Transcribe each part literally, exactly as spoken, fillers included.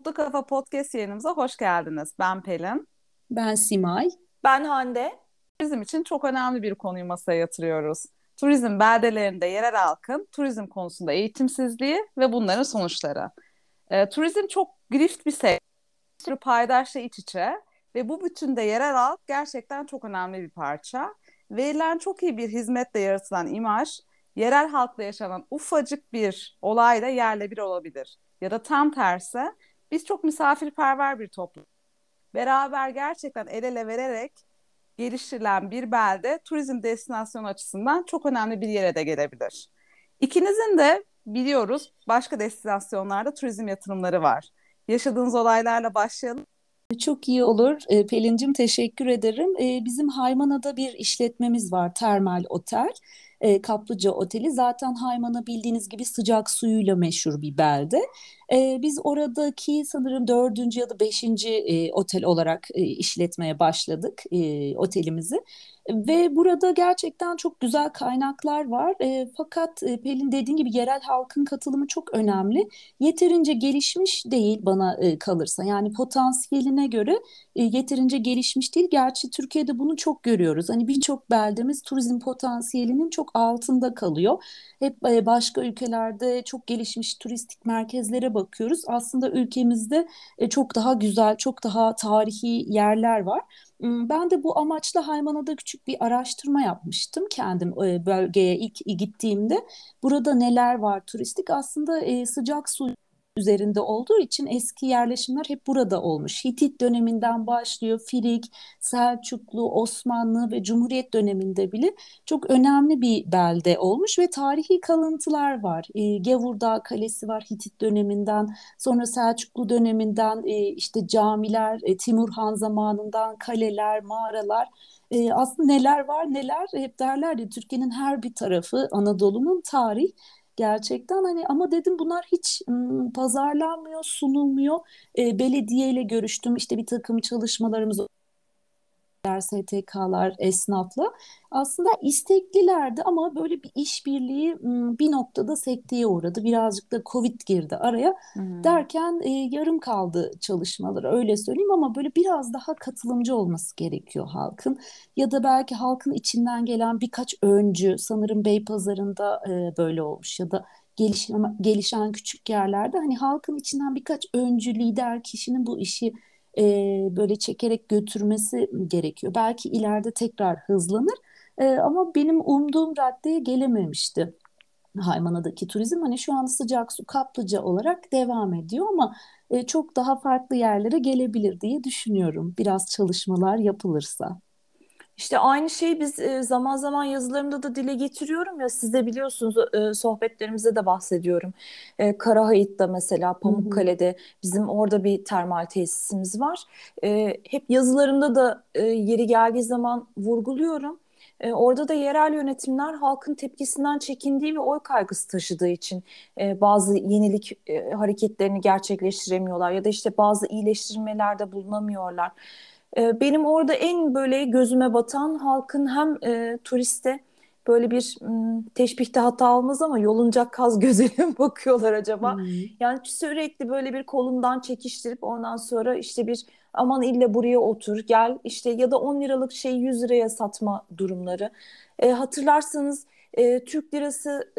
Mutlu Kafa Podcast yayınımıza hoş geldiniz. Ben Pelin. Ben Simay. Ben Hande. Bizim için çok önemli bir konuyu masaya yatırıyoruz. Turizm beldelerinde yerel halkın turizm konusunda eğitimsizliği ve bunların sonuçları. Ee, turizm çok grift bir sektör, bir sürü paydaşla iç içe ve bu bütünde yerel halk gerçekten çok önemli bir parça. Verilen çok iyi bir hizmetle yaratılan imaj, yerel halkla yaşanan ufacık bir olayla yerle bir olabilir. Ya da tam tersi, biz çok misafirperver bir toplum. Beraber gerçekten el ele vererek geliştirilen bir belde turizm destinasyonu açısından çok önemli bir yere de gelebilir. İkinizin de biliyoruz başka destinasyonlarda turizm yatırımları var. Yaşadığınız olaylarla başlayalım. Çok iyi olur. E, Pelin'cim teşekkür ederim. E, bizim Haymana'da bir işletmemiz var. Termal Otel. E, Kaplıca Oteli. Zaten Haymana bildiğiniz gibi sıcak suyuyla meşhur bir belde. E, biz oradaki sanırım dördüncü ya da beşinci e, otel olarak e, işletmeye başladık e, otelimizi. Ve burada gerçekten çok güzel kaynaklar var. E, fakat e, Pelin dediğin gibi yerel halkın katılımı çok önemli. Yeterince gelişmiş değil bana e, kalırsa. Yani potansiyeline göre e, yeterince gelişmiş değil. Gerçi Türkiye'de bunu çok görüyoruz. Hani birçok beldemiz turizm potansiyelinin çok altında kalıyor. Hep e, başka ülkelerde çok gelişmiş turistik merkezlere bakıyoruz. Aslında ülkemizde e, çok daha güzel, çok daha tarihi yerler var. Hmm, Ben de bu amaçla Haymana'da küçük bir araştırma yapmıştım kendim e, bölgeye ilk gittiğimde. Burada neler var turistik? Aslında e, sıcak su üzerinde olduğu için eski yerleşimler hep burada olmuş. Hitit döneminden başlıyor. Frig, Selçuklu, Osmanlı ve Cumhuriyet döneminde bile çok önemli bir belde olmuş ve tarihi kalıntılar var. E, Gevurdağ Kalesi var Hitit döneminden, sonra Selçuklu döneminden e, işte camiler, e, Timur Han zamanından kaleler, mağaralar. E, aslında neler var neler hep derler ya Türkiye'nin her bir tarafı Anadolu'nun tarih. Gerçekten hani ama dedim bunlar hiç ım, pazarlanmıyor, sunulmuyor. E, belediyeyle görüştüm işte bir takım çalışmalarımız S T K'lar, esnafla. Aslında isteklilerdi ama böyle bir işbirliği ım, bir noktada sekteye uğradı. Birazcık da Covid girdi araya. Hmm. Derken e, yarım kaldı çalışmaları öyle söyleyeyim ama böyle biraz daha katılımcı olması gerekiyor halkın. Ya da belki halkın içinden gelen birkaç öncü sanırım Beypazarı'nda e, böyle olmuş ya da gelişen, gelişen küçük yerlerde hani halkın içinden birkaç öncü lider kişinin bu işi e, böyle çekerek götürmesi gerekiyor. Belki ileride tekrar hızlanır. E, ama benim umduğum raddeye gelememişti. Haymana'daki turizm hani şu an sıcak su kaplıca olarak devam ediyor ama e, çok daha farklı yerlere gelebilir diye düşünüyorum. Biraz çalışmalar yapılırsa. İşte aynı şeyi biz e, zaman zaman yazılarımda da dile getiriyorum ya, siz de biliyorsunuz, e, sohbetlerimizde de bahsediyorum. E, Karahayıt'ta mesela, Hı hı. Pamukkale'de bizim orada bir termal tesisimiz var. E, hep yazılarımda da e, yeri geldiği zaman vurguluyorum. E, orada da yerel yönetimler halkın tepkisinden çekindiği ve oy kaygısı taşıdığı için e, bazı yenilik e, hareketlerini gerçekleştiremiyorlar ya da işte bazı iyileştirmelerde bulunamıyorlar. E, Benim orada en böyle gözüme batan halkın hem e, turiste böyle bir m, teşbihte hata olmaz ama yolunacak kaz gözüyle mi bakıyorlar acaba? Hı. Yani sürekli böyle bir kolundan çekiştirip ondan sonra işte bir aman ille buraya otur gel işte, ya da on liralık şeyi yüz liraya satma durumları. E, hatırlarsanız e, Türk lirası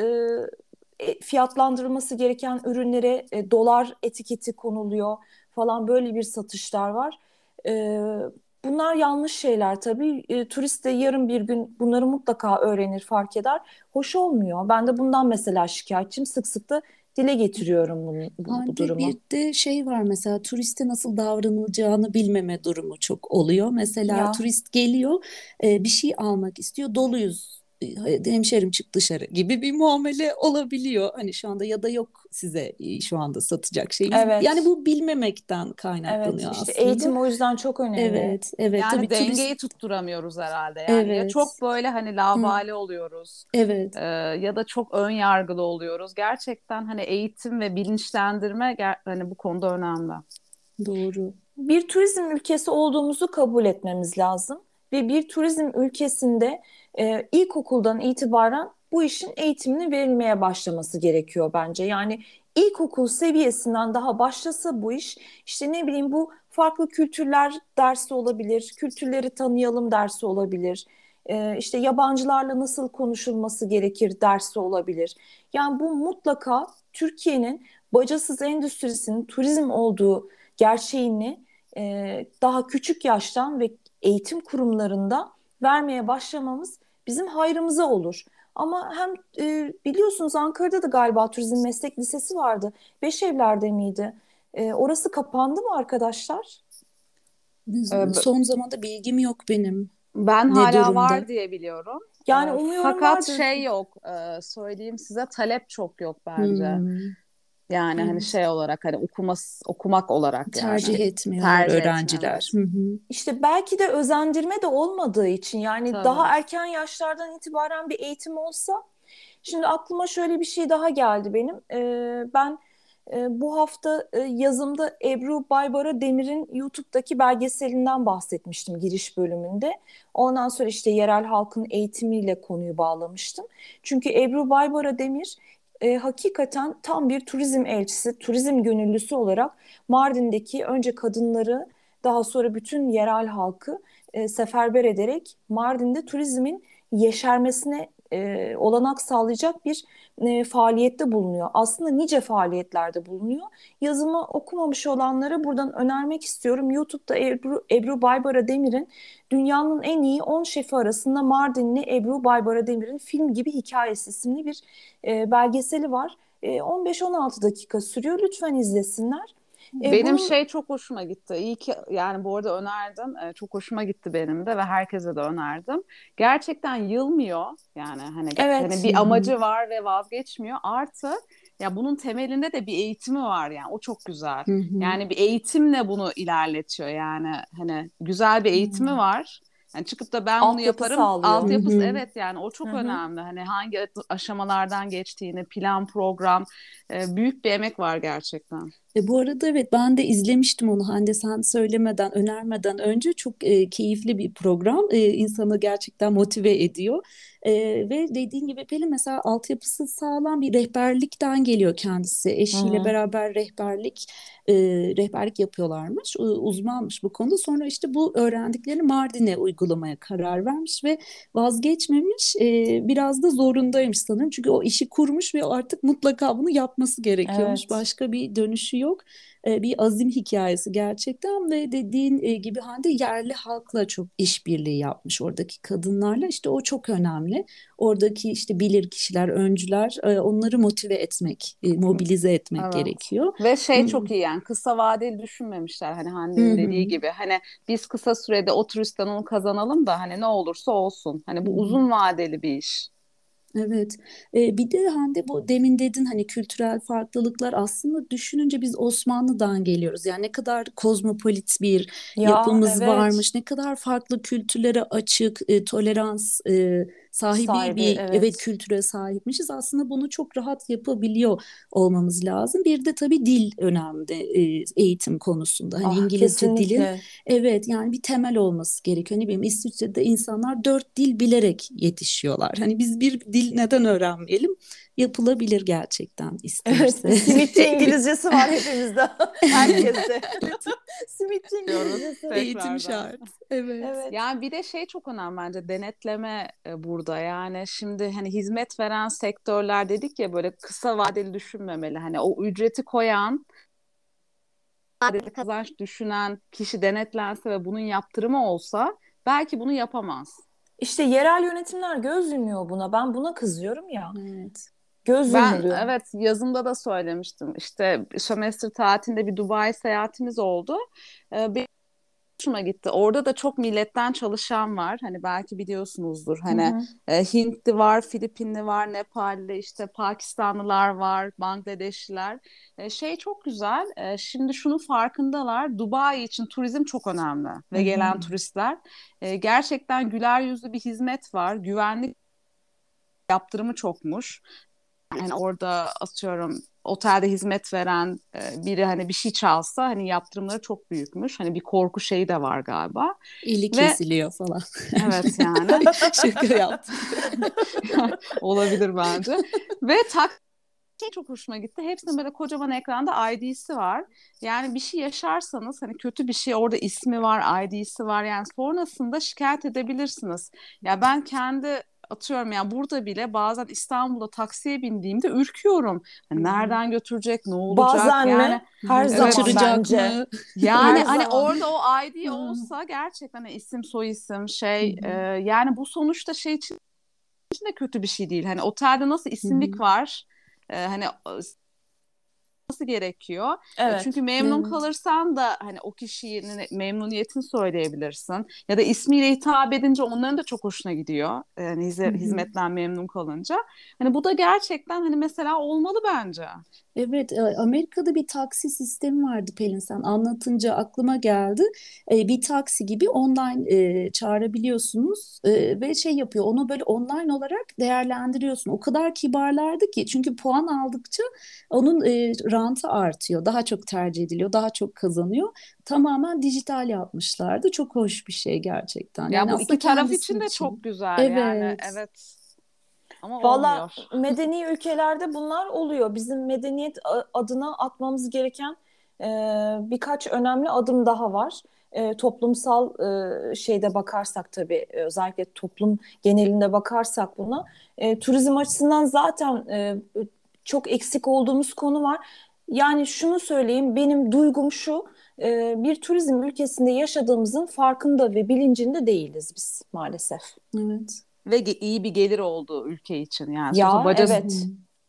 e, e, fiyatlandırılması gereken ürünlere e, dolar etiketi konuluyor falan, böyle bir satışlar var. Ee, Bunlar yanlış şeyler tabii. Ee, turist de yarın bir gün bunları mutlaka öğrenir, fark eder. Hoş olmuyor. Ben de bundan mesela şikayetçiyim. Sık sık da dile getiriyorum bunu, bu, bu Hande bir durumu. de şey var mesela turiste nasıl davranılacağını bilmeme durumu çok oluyor. Mesela Ya turist geliyor e, bir şey almak istiyor doluyuz e, hemşerim çık dışarı gibi bir muamele olabiliyor. Hani şu anda ya da yok size e, şu anda satacak şeyimiz. Yani evet, bu bilmemekten evet, kaynaklanıyor işte aslında. eğitim o yüzden çok önemli. Evet, evet Yani tabii turist dengeyi tutturamıyoruz herhalde. Yani ya evet. çok böyle hani Hı, laubali oluyoruz, evet. e, ya da çok ön yargılı oluyoruz. Gerçekten hani eğitim ve bilinçlendirme ger- hani bu konuda önemli. Doğru. Bir turizm ülkesi olduğumuzu kabul etmemiz lazım. Ve bir turizm ülkesinde e, ilkokuldan itibaren bu işin eğitimini verilmeye başlaması gerekiyor bence. Yani ilkokul seviyesinden daha başlasa bu iş, işte ne bileyim, bu farklı kültürler dersi olabilir, kültürleri tanıyalım dersi olabilir, e, işte yabancılarla nasıl konuşulması gerekir dersi olabilir. Yani bu mutlaka Türkiye'nin bacasız endüstrisinin turizm olduğu gerçeğini e, daha küçük yaştan ve eğitim kurumlarında vermeye başlamamız bizim hayrımıza olur. Ama hem e, biliyorsunuz Ankara'da da galiba turizm meslek lisesi vardı. Beşevler'de miydi? E, orası kapandı mı arkadaşlar? Ee, b- Son zamanda bilgim yok benim. Ben Ne hala durumda? var diye biliyorum. Ee, Yani umuyorum fakat vardır. şey yok, e, söyleyeyim size, talep çok yok bence. Hmm, Yani hani evet. şey olarak, hani okuması, okumak olarak yani Tercih etmiyorlar tercih etmiyor, öğrenciler. evet. Hı hı. İşte belki de özendirme de olmadığı için, yani Tabii. daha erken yaşlardan itibaren bir eğitim olsa. Şimdi aklıma şöyle bir şey daha geldi benim. Ee, ben e, bu hafta e, yazımda Ebru Baybara Demir'in YouTube'daki belgeselinden bahsetmiştim giriş bölümünde. Ondan sonra işte yerel halkın eğitimiyle konuyu bağlamıştım. Çünkü Ebru Baybara Demir e, hakikaten tam bir turizm elçisi, turizm gönüllüsü olarak Mardin'deki önce kadınları, daha sonra bütün yerel halkı e, seferber ederek Mardin'de turizmin yeşermesine e, olanak sağlayacak bir e, faaliyette bulunuyor. Aslında nice faaliyetlerde bulunuyor. Yazımı okumamış olanlara buradan önermek istiyorum. YouTube'da Ebru, Ebru Baybara Demir'in dünyanın en iyi on şefi arasında Mardinli Ebru Baybara Demir'in Film Gibi Hikayesi isimli bir e, belgeseli var. E, on beş on altı dakika sürüyor. Lütfen izlesinler. E, Benim bunun şey çok hoşuma gitti. İyi ki yani bu arada önerdin. Ee, çok hoşuma gitti benim de ve herkese de önerdim. Gerçekten yılmıyor. Yani hani hani evet. Hı bir hı. amacı var ve vazgeçmiyor. Artı ya bunun temelinde de bir eğitimi var yani. O çok güzel. Hı hı. Yani bir eğitimle bunu ilerletiyor yani. Hani güzel bir eğitimi Hmm. var. Yani çıkıp da ben bunu Altyapı yaparım. sağlıyor. Hı Altyapısı, hı. evet, yani o Hı çok hı. önemli. Hani hangi aşamalardan geçtiğini, plan, program, e, büyük bir emek var gerçekten. E, bu arada evet, ben de izlemiştim onu Hande, sen söylemeden önermeden önce. Çok e, keyifli bir program. E, insanı gerçekten motive ediyor. E, ve dediğin gibi Pelin, mesela altyapısı sağlam bir rehberlikten geliyor kendisi. Hı Eşiyle hı. beraber rehberlik e, rehberlik yapıyorlarmış. U- Uzmanmış bu konuda. Sonra işte bu öğrendiklerini Mardin'e uygulamaya karar vermiş ve vazgeçmemiş. E, biraz da zorundaymış sanırım. Çünkü o işi kurmuş ve artık mutlaka bunu yapması gerekiyormuş. Evet. Başka bir dönüşü yok. E, bir azim hikayesi gerçekten ve dediğin e, gibi Hande, yerli halkla çok işbirliği yapmış, oradaki kadınlarla. İşte o çok önemli. Oradaki işte bilir kişiler, öncüler, e, onları motive etmek, e, mobilize etmek Evet. gerekiyor. Ve şey Hmm. çok iyi, yani kısa vadeli düşünmemişler, hani Hı Hande'nin dediği hı. gibi, hani biz kısa sürede o turistten onu kazanalım da hani ne olursa olsun, hani Hı bu hı. uzun vadeli bir iş. Evet. Ee, bir de Hande, bu demin dedin hani kültürel farklılıklar, aslında düşününce biz Osmanlı'dan geliyoruz. Yani ne kadar kozmopolit bir Ya yapımız evet. varmış, ne kadar farklı kültürlere açık, e, tolerans e, sahibi Sahibi, bir, evet, evet. kültüre sahipmişiz. Aslında bunu çok rahat yapabiliyor olmamız lazım. Bir de tabii dil önemli e, eğitim konusunda. Hani Ah, İngilizce dilin, kesinlikle. evet, yani bir temel olması gerekiyor. Ne bileyim, İsviçre'de insanlar dört dil bilerek yetişiyorlar. Hani biz bir dil neden öğrenmeyelim? Yapılabilir gerçekten, Evet, bir istenirse. simitçi İngilizcesi var hepimizde. Evet. Herkeste. Simitçi Diyoruz İngilizcesi. Eğitim tekrardan. şart. Evet. Evet. Yani bir de şey çok önemli bence, denetleme e, burada. Yani şimdi hani hizmet veren sektörler dedik ya, böyle kısa vadeli düşünmemeli. Hani o ücreti koyan, vadeli kazanç düşünen kişi denetlense ve bunun yaptırımı olsa belki bunu yapamaz. İşte yerel yönetimler göz yumuyor buna. Ben buna kızıyorum ya. Evet. Göz Ben yumuluyor. evet, yazımda da söylemiştim. İşte sömestr tatilinde bir Dubai seyahatimiz oldu. Ee, benim hoşuma gitti. Orada da çok milletten çalışan var. Hani belki biliyorsunuzdur. Hı Hani hı. e, Hintli var, Filipinli var, Nepalli, işte Pakistanlılar var, Bangladeşliler. E, şey çok güzel. E, şimdi şunun farkındalar. Dubai için turizm çok önemli Hı ve hı. gelen turistler. E, gerçekten güler yüzlü bir hizmet var. Güvenlik yaptırımı çokmuş. Yani orada atıyorum otelde hizmet veren e, biri hani bir şey çalsa, hani yaptırımları çok büyükmüş. Hani bir korku şeyi de var galiba. Eli Ve kesiliyor falan. evet yani Şaka yaptım. olabilir bence. Ve tak şey çok hoşuma gitti. Hepsinin böyle kocaman ekranda I D'si var. Yani bir şey yaşarsanız hani kötü bir şey orada ismi var, I D'si var. Yani sonrasında şikayet edebilirsiniz. Ya ben kendi atıyorum ya burada bile bazen İstanbul'da taksiye bindiğimde ürküyorum. Hani nereden götürecek, ne olacak? Bazen Yani mi? Her evet. zaman Kaçıracak bence. mı? Yani Her hani zaman. orada o I D olsa gerçekten hani isim soyisim şey e, yani bu sonuçta şey için de kötü bir şey değil. Hani otelde nasıl isimlik var? E, hani olması gerekiyor. E, Evet. çünkü memnun Evet. kalırsan da hani o kişinin memnuniyetini söyleyebilirsin. Ya da ismiyle hitap edince onların da çok hoşuna gidiyor. E, Yani hize- hizmetten memnun kalınca. Hani bu da gerçekten hani mesela olmalı bence. Evet, e, Amerika'da bir taksi sistemi vardı Pelin, sen anlatınca aklıma geldi. E, bir taksi gibi online e, çağırabiliyorsunuz e, ve şey yapıyor, onu böyle online olarak değerlendiriyorsun. O kadar kibarlardı ki, çünkü puan aldıkça onun e, rantı artıyor, daha çok tercih ediliyor, daha çok kazanıyor. Tamamen dijital yapmışlardı. Çok hoş bir şey gerçekten. Ya Yani bu aslında iki taraf kendisi için de için. çok güzel yani Evet, evet ama Valla olmuyor. medeni ülkelerde bunlar oluyor. Bizim medeniyet a- adına atmamız gereken e, birkaç önemli adım daha var. E, toplumsal e, şeyde bakarsak tabii, e, özellikle toplum genelinde bakarsak buna, e, turizm açısından zaten e, çok eksik olduğumuz konu var. Yani şunu söyleyeyim, benim duygum şu: e, bir turizm ülkesinde yaşadığımızın farkında ve bilincinde değiliz biz maalesef. evet. Ve ge- iyi bir gelir oldu ülke için yani sonuçta Ya bacası evet,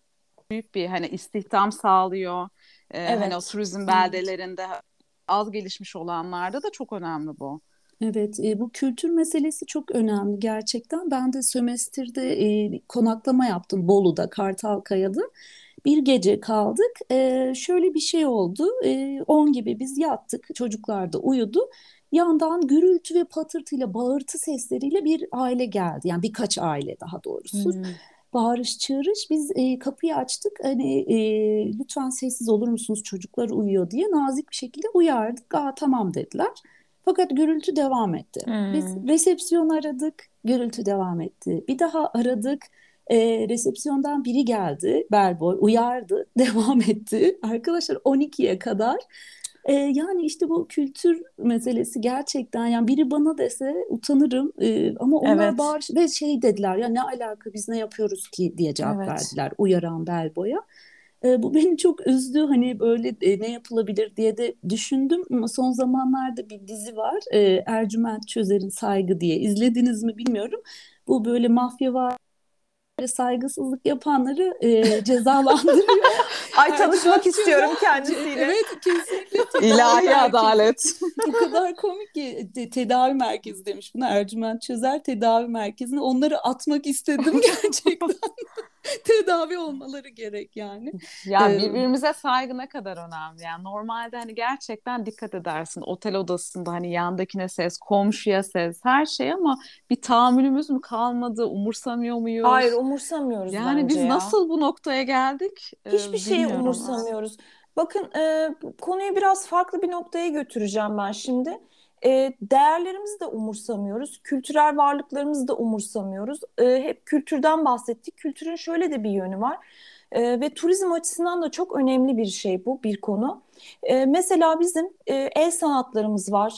büyük bir hani istihdam sağlıyor. Ee, hani o evet. turizm Evet. beldelerinde az gelişmiş olanlarda da çok önemli bu. Evet, e, bu kültür meselesi çok önemli gerçekten. Ben de sömestrde e, konaklama yaptım Bolu'da, Kartalkaya'da. Bir gece kaldık. E, şöyle bir şey oldu. E, on gibi biz yattık, çocuklar da uyudu. Yandan gürültü ve patırtıyla, bağırtı sesleriyle bir aile geldi. Yani birkaç aile daha doğrusu. Hmm. Bağırış çağırış. Biz e, kapıyı açtık. Hani e, lütfen sessiz olur musunuz, çocuklar uyuyor diye nazik bir şekilde uyardık. Aa, tamam dediler. Fakat gürültü devam etti. Biz Hmm. resepsiyon aradık, gürültü devam etti. Bir daha aradık, e, resepsiyondan biri geldi, bellboy uyardı, devam etti. Arkadaşlar on ikiye kadar. E, yani işte bu kültür meselesi gerçekten, yani biri bana dese utanırım. E, ama onlar Evet, bağır ve şey dediler, ya ne alaka, biz ne yapıyoruz ki diye cevap evet. verdiler uyaran bellboya. E, bu beni çok üzdü. Hani böyle e, ne yapılabilir diye de düşündüm. Ama son zamanlarda bir dizi var. E, Ercüment Çözer'in Saygı diye. İzlediniz mi bilmiyorum. Bu böyle mafya var, saygısızlık yapanları e, cezalandırıyor. Ay, tanışmak Ercüment Çözer, istiyorum ce- kendisiyle. evet, kesinlikle tedavi İlahi merkezi. adalet. O kadar komik ki, te- tedavi merkezi demiş buna, Ercüment Çözer tedavi merkezine. Onları atmak istedim gerçekten. Tedavi olmaları gerek yani. Ya E, birbirimize saygı ne kadar önemli. Yani normalde hani gerçekten dikkat edersin. Otel odasında hani yandakine ses, komşuya ses, her şey ama bir tahammülümüz mü kalmadı, umursamıyor Hayır, muyuz? umursamıyoruz Yani bence biz ya. nasıl bu noktaya geldik Hiçbir e, şeyi bilmiyorum. umursamıyoruz. Bakın, e, konuyu biraz farklı bir noktaya götüreceğim ben şimdi. E, değerlerimizi de umursamıyoruz. Kültürel varlıklarımızı da umursamıyoruz. E, hep kültürden bahsettik. Kültürün şöyle de bir yönü var. E, ve turizm açısından da çok önemli bir şey bu, bir konu. E, mesela bizim e, el sanatlarımız var,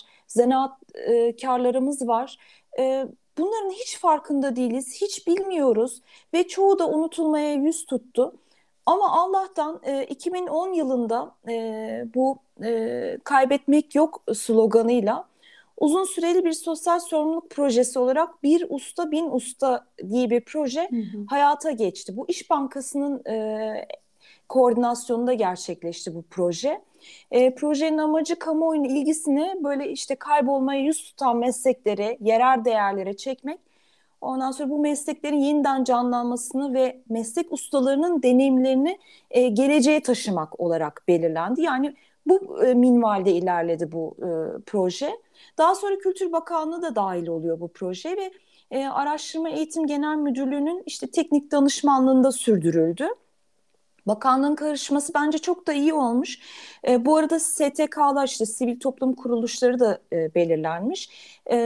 zanaatkarlarımız var. E, bunların hiç farkında değiliz, hiç bilmiyoruz ve çoğu da unutulmaya yüz tuttu. Ama Allah'tan e, iki bin on yılında e, bu e, kaybetmek yok sloganıyla uzun süreli bir sosyal sorumluluk projesi olarak Bir Usta Bin Usta diye bir proje hı hı. hayata geçti. Bu İş Bankası'nın e, koordinasyonunda gerçekleşti bu proje. E, projenin amacı kamuoyunun ilgisini böyle işte kaybolmaya yüz tutan mesleklere, yerel değerlere çekmek. Ondan sonra bu mesleklerin yeniden canlanmasını ve meslek ustalarının deneyimlerini e, geleceğe taşımak olarak belirlendi. Yani bu e, minvalde ilerledi bu e, proje. Daha sonra Kültür Bakanlığı da dahil oluyor bu projeye ve e, Araştırma Eğitim Genel Müdürlüğü'nün işte teknik danışmanlığında sürdürüldü. Bakanlığın karışması bence çok da iyi olmuş. E, bu arada S T K'lar, işte sivil toplum kuruluşları da e, belirlenmiş. E,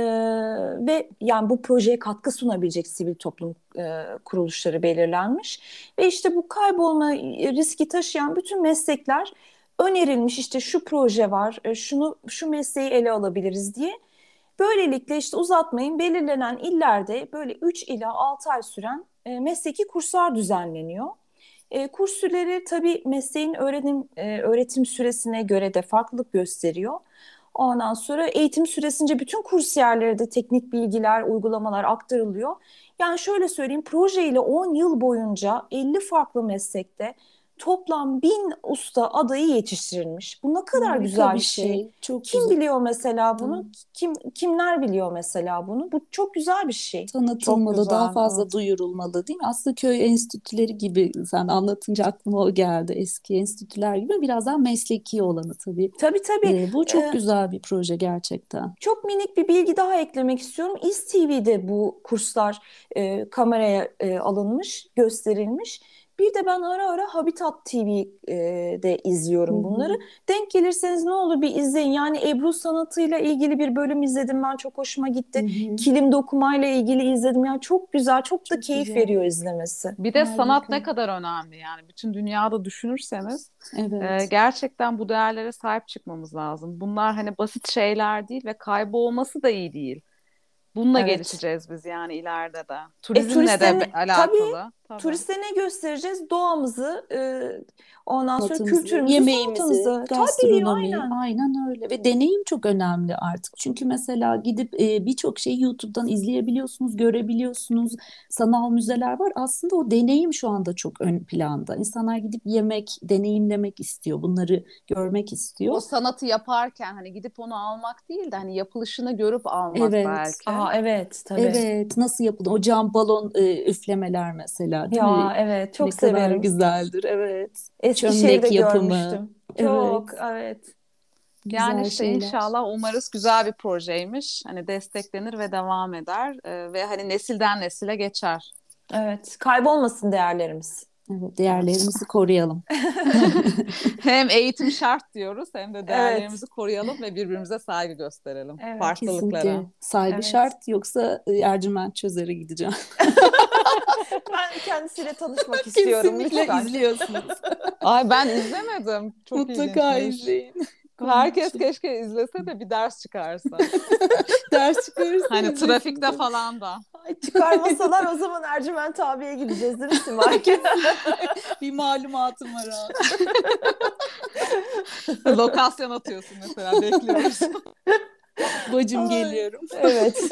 ve yani bu projeye katkı sunabilecek sivil toplum e, kuruluşları belirlenmiş. Ve işte bu kaybolma riski taşıyan bütün meslekler önerilmiş. İşte şu proje var, e, şunu şu mesleği ele alabiliriz diye. Böylelikle işte uzatmayın, belirlenen illerde böyle üç ila altı ay süren e, mesleki kurslar düzenleniyor. E, kurs süreleri tabii mesleğin öğrenim e, öğretim süresine göre de farklılık gösteriyor. Ondan sonra eğitim süresince bütün kursiyerlere de teknik bilgiler, uygulamalar aktarılıyor. Yani şöyle söyleyeyim, projeyle on yıl boyunca elli farklı meslekte toplam bin usta adayı yetiştirilmiş. Bu ne kadar Harika güzel bir bir şey. şey. Çok Kim güzel. biliyor mesela bunu? Hı. Kim kimler biliyor mesela bunu? Bu çok güzel bir şey. Çok Tanıtılmalı, daha güzel, fazla evet. duyurulmalı değil mi? Aslında köy enstitüleri gibi, sen anlatınca aklıma o geldi. Eski enstitüler gibi biraz daha mesleki olanı tabii. Tabii tabii. Ee, bu çok Ee, güzel bir proje gerçekten. Çok minik bir bilgi daha eklemek istiyorum. İz T V'de bu kurslar e, kameraya e, alınmış, gösterilmiş. Bir de ben ara ara Habitat T V'de Hı izliyorum hı. bunları. Denk gelirseniz ne olur bir izleyin. Yani Ebru sanatıyla ilgili bir bölüm izledim ben, çok hoşuma Hı gitti. hı. Kilim dokumayla ilgili izledim. Yani çok güzel, çok da Çok keyif güzel. veriyor izlemesi. Bir de sanat Harika. ne kadar önemli yani. Bütün dünyada düşünürseniz e, Evet. gerçekten bu değerlere sahip çıkmamız lazım. Bunlar hani basit şeyler değil ve kaybolması da iyi değil. Bununla Evet. gelişeceğiz biz yani ileride de. E Turizmle de be- turiste tabii alakalı. Tabii. turiste ne göstereceğiz? Doğamızı, e, ondan sonra Sanatımızı, kültürümüzü, yemeğimizi, sanatımızı. Tabii, gastronomi, aynen. aynen öyle. Ve deneyim çok önemli artık. Çünkü mesela gidip e, birçok şeyi YouTube'dan izleyebiliyorsunuz, görebiliyorsunuz. Sanal müzeler var. Aslında o deneyim şu anda çok ön planda. İnsanlar gidip yemek, deneyimlemek istiyor. Bunları görmek O istiyor. sanatı yaparken hani gidip onu almak değil de hani yapılışını görüp almak Evet. belki. Aa, evet, tabii. Evet, nasıl yapılır? O cam balon e, üflemeler mesela, değil mi? Ya evet, çok Ne kadar severim. güzeldir. Evet. Eskişehir'de Çömlek yapımı. görmüştüm. Evet. Çok, evet. Yani Güzel işte şeyler. inşallah umarız güzel bir projeymiş. Hani desteklenir ve devam eder. Ee, ve hani nesilden nesile geçer. Evet, kaybolmasın değerlerimiz. Evet, Evet. değerlerimizi koruyalım. Hem eğitim şart diyoruz hem de Evet, değerlerimizi koruyalım ve birbirimize saygı gösterelim. evet, Farklılıklara. Kesinlikle saygı evet. şart, yoksa e, Ercüment Çözer'e gideceğim. Ben kendisiyle tanışmak istiyorum Kesinlikle lütfen. izliyorsunuz. Ay ben izlemedim. Çok Mutlaka ilginçmiş. izleyin. Konu Herkes için. keşke izlese de bir ders çıkarsa. Ders çıkarırsa Hani izlesin trafikte tabii. falan da. Ay, çıkarmasalar o zaman Ercüment abiye gideceğiz değil mi Simay? Kesinlikle bir malumatım var abi. Lokasyon atıyorsun mesela bekliyoruz. Bacım Ay, geliyorum. evet.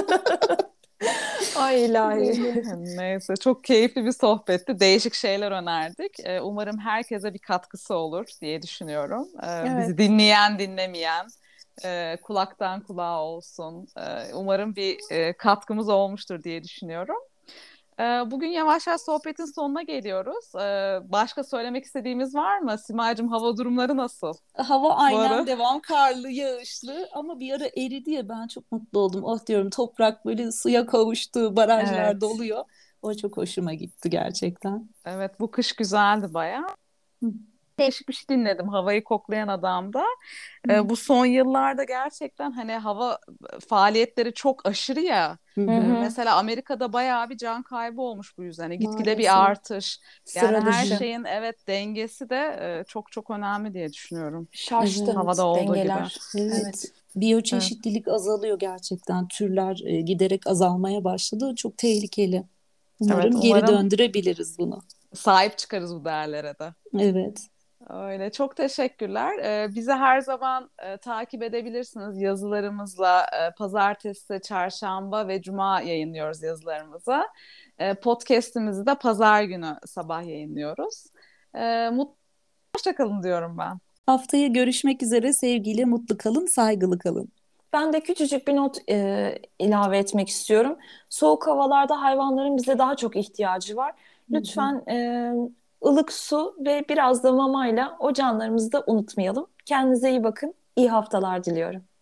Ay ilahi. Öyle. Neyse çok keyifli bir sohbetti. Değişik şeyler önerdik. Ee, umarım herkese bir katkısı olur diye düşünüyorum. Ee, bizi Evet. dinleyen dinlemeyen e, kulaktan kulağa olsun. Ee, umarım bir e, katkımız olmuştur diye düşünüyorum. Ee, bugün yavaş yavaş sohbetin sonuna geliyoruz. Ee, başka söylemek istediğimiz var mı? Simay'cığım hava durumları nasıl Hava bu aynen ara? devam, karlı, yağışlı, ama bir ara eridi ya, ben çok mutlu oldum. Oh diyorum, toprak böyle suya kavuştu, barajlar Evet. doluyor. O çok hoşuma gitti gerçekten. Evet bu kış güzeldi bayağı. Hı Değişik bir şey dinledim havayı koklayan adamda. hı. E, bu son yıllarda gerçekten hani hava faaliyetleri çok aşırı ya. Hı E, hı. mesela Amerika'da bayağı bir can kaybı olmuş bu yüzden. Hani gitgide bir Maalesef. artış. Yani Sıra her dışı. şeyin evet dengesi de e, çok çok önemli diye düşünüyorum. Şaştı Havada Evet, olduğu gibi. dengeler. evet. Evet. Evet. Biyoçeşitlilik azalıyor gerçekten. Türler e, giderek azalmaya başladı. Çok tehlikeli. Evet Umarım geri umarım döndürebiliriz bunu. sahip çıkarız bu değerlere de. Evet. Öyle çok teşekkürler. Ee, bizi her zaman e, takip edebilirsiniz yazılarımızla. E, pazartesi, çarşamba ve cuma yayınlıyoruz yazılarımızı. E, podcast'imizi de pazar günü sabah yayınlıyoruz. E, mutlu hoşça kalın diyorum ben. Haftaya görüşmek üzere. Sevgiyle mutlu kalın, saygılı kalın. Ben de küçücük bir not e, ilave etmek istiyorum. Soğuk havalarda hayvanların bize daha çok ihtiyacı var. Hı hı. Lütfen e, ılık su ve biraz da mamayla o canlarımızı da unutmayalım. Kendinize iyi bakın. İyi haftalar diliyorum.